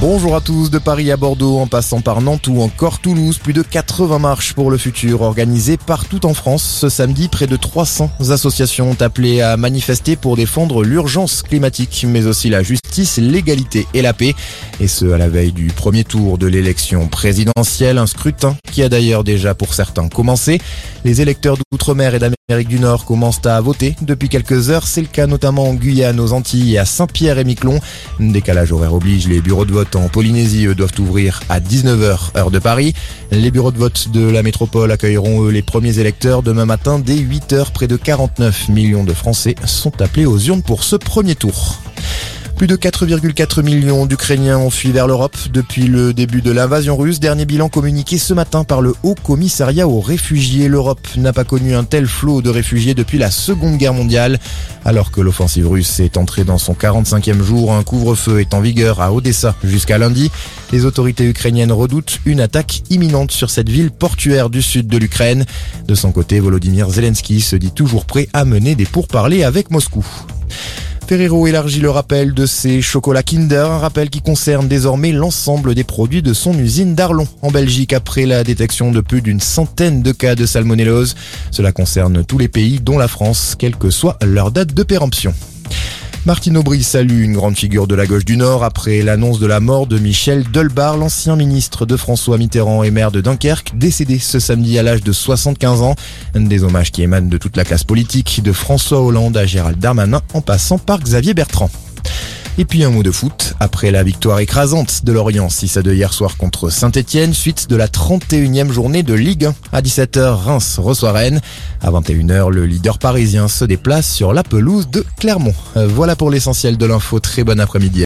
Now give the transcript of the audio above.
Bonjour à tous, de Paris à Bordeaux, en passant par Nantes ou encore Toulouse, plus de 80 marches pour le futur organisées partout en France. Ce samedi, près de 300 associations ont appelé à manifester pour défendre l'urgence climatique, mais aussi la justice, l'égalité et la paix. Et ce, à la veille du premier tour de l'élection présidentielle, un scrutin qui a d'ailleurs déjà pour certains commencé. Les électeurs d'outre-mer et d'Amérique du Nord commencent à voter depuis quelques heures. C'est le cas notamment en Guyane, aux Antilles et à Saint-Pierre-et-Miquelon. Décalage horaire oblige, les bureaux de vote en Polynésie, eux, doivent ouvrir à 19h, heure de Paris. Les bureaux de vote de la métropole accueilleront, eux, les premiers électeurs demain matin dès 8h. Près de 49 millions de Français sont appelés aux urnes pour ce premier tour. Plus de 4,4 millions d'Ukrainiens ont fui vers l'Europe depuis le début de l'invasion russe. Dernier bilan communiqué ce matin par le Haut Commissariat aux réfugiés. L'Europe n'a pas connu un tel flot de réfugiés depuis la Seconde Guerre mondiale. Alors que l'offensive russe est entrée dans son 45e jour, un couvre-feu est en vigueur à Odessa jusqu'à lundi. Les autorités ukrainiennes redoutent une attaque imminente sur cette ville portuaire du sud de l'Ukraine. De son côté, Volodymyr Zelensky se dit toujours prêt à mener des pourparlers avec Moscou. Ferrero élargit le rappel de ses chocolats Kinder, un rappel qui concerne désormais l'ensemble des produits de son usine d'Arlon en Belgique après la détection de plus d'une centaine de cas de salmonellose. Cela concerne tous les pays dont la France, quelle que soit leur date de péremption. Martine Aubry salue une grande figure de la gauche du Nord après l'annonce de la mort de Michel Delbarre, l'ancien ministre de François Mitterrand et maire de Dunkerque, décédé ce samedi à l'âge de 75 ans. Des hommages qui émanent de toute la classe politique, de François Hollande à Gérald Darmanin en passant par Xavier Bertrand. Et puis un mot de foot, après la victoire écrasante de Lorient 6-2 hier soir contre Saint-Etienne, suite de la 31e journée de Ligue 1. À 17h, Reims reçoit Rennes. À 21h, le leader parisien se déplace sur la pelouse de Clermont. Voilà pour l'essentiel de l'info, très bon après-midi.